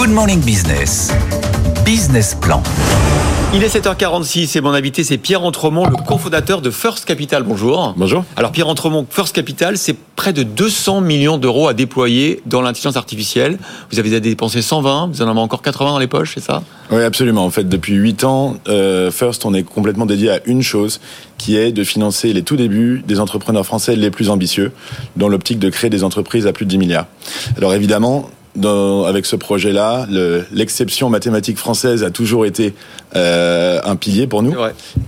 Good Morning Business. Business Plan. Il est 7h46 et mon invité c'est Pierre Entremont, le cofondateur de First Capital. Bonjour. Bonjour. Alors Pierre Entremont, First Capital, c'est près de 200 millions d'euros à déployer dans l'intelligence artificielle. Vous avez dépensé 120, vous en avez encore 80 dans les poches, c'est ça ? Oui, absolument. En fait, depuis 8 ans, First, on est complètement dédié à une chose, qui est de financer les tout débuts des entrepreneurs français les plus ambitieux, dans l'optique de créer des entreprises à plus de 10 milliards. Alors évidemment, avec ce projet-là, l'exception mathématique française a toujours été un pilier pour nous.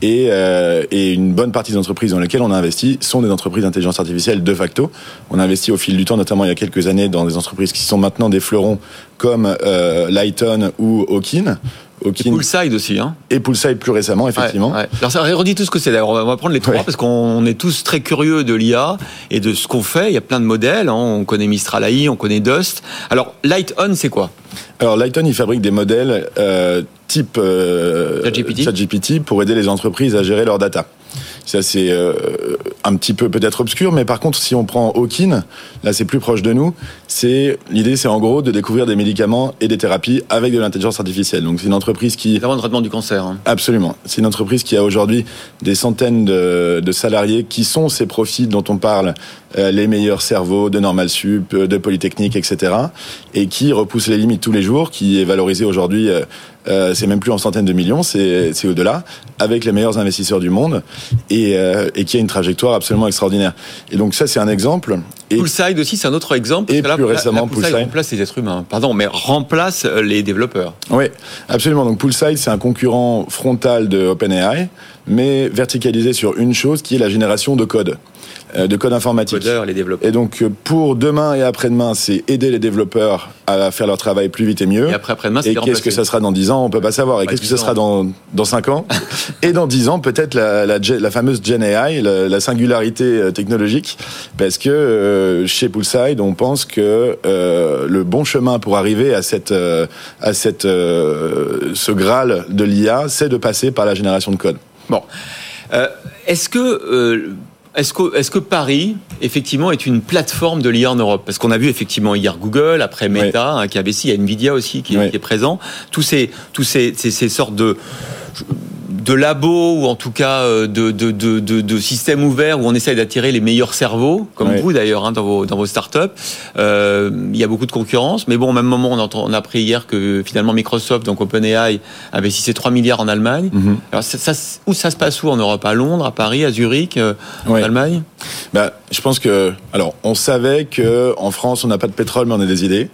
Et une bonne partie des entreprises dans lesquelles on a investi sont des entreprises d'intelligence artificielle de facto. On a investi au fil du temps, notamment il y a quelques années, dans des entreprises qui sont maintenant des fleurons comme Lighton ou Hawkin. Et Poolside aussi, hein. Et Poolside plus récemment, effectivement. Ouais. Alors ça redit tout ce que c'est. D'ailleurs, on va prendre les trois parce qu'on est tous très curieux de l'IA et de ce qu'on fait. Il y a plein de modèles. Hein. On connaît Mistral AI, on connaît Dust. Alors Lighton, c'est quoi ? Alors Lighton, il fabrique des modèles type ChatGPT pour aider les entreprises à gérer leur data. Ça, c'est un petit peu peut-être obscur, mais par contre, si on prend Hawkin, là, c'est plus proche de nous. L'idée, c'est en gros de découvrir des médicaments et des thérapies avec de l'intelligence artificielle. Donc, c'est une entreprise qui... Notamment le traitement du cancer. Hein. Absolument. C'est une entreprise qui a aujourd'hui des centaines de salariés qui sont ces profils dont on parle, les meilleurs cerveaux de Normal Sup, de Polytechnique, etc. Et qui repousse les limites tous les jours, qui est valorisé aujourd'hui... c'est même plus en centaines de millions, c'est au-delà, avec les meilleurs investisseurs du monde et qui a une trajectoire absolument extraordinaire. Et donc ça, c'est un exemple. Et Poolside aussi, c'est un autre exemple. Et plus récemment, Poolside remplace les êtres humains. Mais remplace les développeurs. Oui, absolument. Donc Poolside, c'est un concurrent frontal de OpenAI, mais verticalisé sur une chose qui est la génération de code informatique. Les développeurs. Et donc, pour demain et après-demain, c'est aider les développeurs à faire leur travail plus vite et mieux. Et après-demain, c'est et qu'est-ce que ça sera dans 10 ans, on peut pas savoir. Et qu'est-ce que ça sera dans 5 ans et dans 10 ans, peut-être la fameuse Gen AI, la singularité technologique. Parce que chez Poolside, on pense que le bon chemin pour arriver à ce Graal de l'IA, c'est de passer par la génération de code. Bon. Est-ce que Paris, effectivement, est une plateforme de l'IA en Europe ? Parce qu'on a vu effectivement hier Google, après Meta, qui avait il y a Nvidia aussi qui est présent. Tous ces sortes de labos, ou en tout cas de systèmes ouverts où on essaye d'attirer les meilleurs cerveaux, comme vous d'ailleurs, hein, dans vos startups. Il y a beaucoup de concurrence, mais bon, au même moment, on a appris hier que finalement Microsoft, donc OpenAI, investissait 3 milliards en Allemagne. Alors où ça se passe où en Europe ? À Londres, à Paris, à Zurich, en Allemagne ? Je pense que, alors, on savait que en France, on n'a pas de pétrole, mais on a des idées.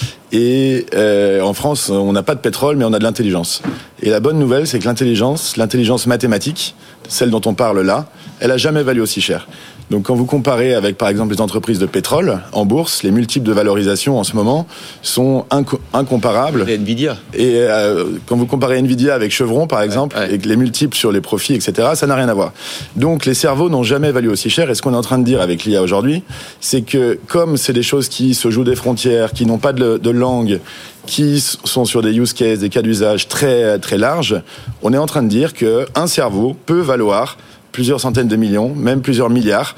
Et en France, on n'a pas de pétrole, mais on a de l'intelligence. Et la bonne nouvelle, c'est que l'intelligence mathématique, celle dont on parle là, elle a jamais valu aussi cher. Donc quand vous comparez avec, par exemple, les entreprises de pétrole en bourse, les multiples de valorisation en ce moment sont incomparables. Et Nvidia. Et quand vous comparez Nvidia avec Chevron, par exemple, et les multiples sur les profits, etc., ça n'a rien à voir. Donc les cerveaux n'ont jamais valu aussi cher. Et ce qu'on est en train de dire avec l'IA aujourd'hui, c'est que comme c'est des choses qui se jouent des frontières, qui n'ont pas de langue, qui sont sur des use cases, des cas d'usage très, très larges, on est en train de dire qu'un cerveau peut valoir plusieurs centaines de millions, même plusieurs milliards.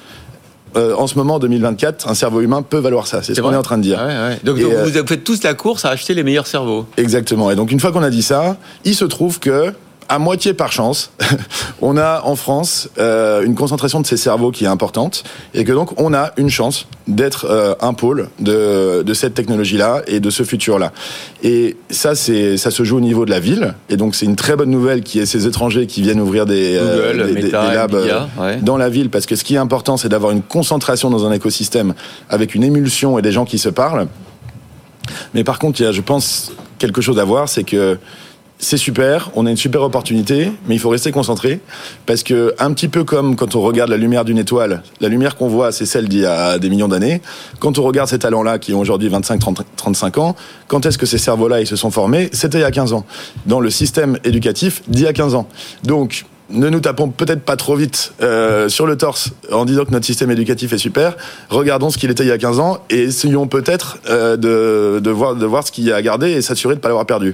En ce moment, en 2024, un cerveau humain peut valoir ça. C'est ce qu'on est en train de dire. Donc vous faites tous la course à acheter les meilleurs cerveaux. Exactement. Et donc, une fois qu'on a dit ça, il se trouve que, à moitié par chance, on a en France une concentration de ces cerveaux qui est importante et que donc on a une chance d'être un pôle de cette technologie-là et de ce futur-là. Et ça se joue au niveau de la ville. Et donc c'est une très bonne nouvelle qu'il y ait ces étrangers qui viennent ouvrir des labs Nvidia, dans la ville, parce que ce qui est important, c'est d'avoir une concentration dans un écosystème avec une émulsion et des gens qui se parlent. Mais par contre, il y a, je pense, quelque chose à voir, c'est que c'est super, on a une super opportunité, mais il faut rester concentré, parce que un petit peu comme quand on regarde la lumière d'une étoile, la lumière qu'on voit, c'est celle d'il y a des millions d'années. Quand on regarde ces talents-là, qui ont aujourd'hui 25, 30, 35 ans, quand est-ce que ces cerveaux-là, ils se sont formés ? C'était il y a 15 ans, dans le système éducatif d'il y a 15 ans. Donc, ne nous tapons peut-être pas trop vite sur le torse en disant que notre système éducatif est super. Regardons ce qu'il était il y a 15 ans et essayons peut-être de voir ce qu'il y a à garder et s'assurer de ne pas l'avoir perdu.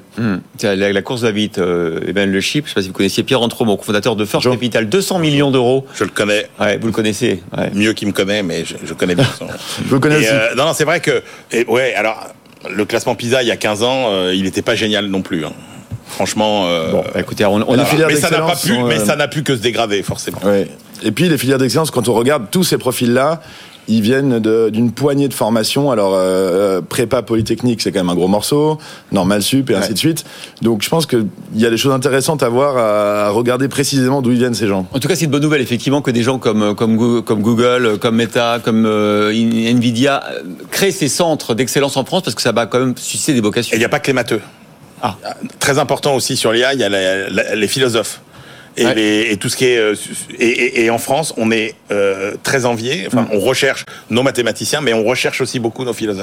La course va vite. Le chip, je ne sais pas si vous connaissiez Pierre Entremont, cofondateur de First Capital, 200 millions d'euros. Je le connais. Ouais, vous le connaissez. Ouais. Mieux qu'il me connaît, mais je connais bien son. Je le connais aussi. Non, c'est vrai que... alors... le classement PISA il y a 15 ans, il n'était pas génial non plus. Hein. Franchement, écoutez, on a filières mais ça n'a pu que se dégrader forcément. Ouais. Et puis les filières d'excellence, quand on regarde tous ces profils-là, ils viennent d'une poignée de formations. Alors prépa polytechnique, c'est quand même un gros morceau, normal sup et ainsi de suite. Donc je pense que il y a des choses intéressantes à voir, à regarder précisément d'où ils viennent ces gens. En tout cas, c'est une bonne nouvelle effectivement que des gens comme Google, comme Meta, comme Nvidia créent ces centres d'excellence en France parce que ça va quand même susciter des vocations. Et il n'y a pas que les matheux. Très important aussi sur l'IA, il y a les philosophes. Et tout ce qui est et en France, on est très envié. Enfin, on recherche nos mathématiciens, mais on recherche aussi beaucoup nos philosophes.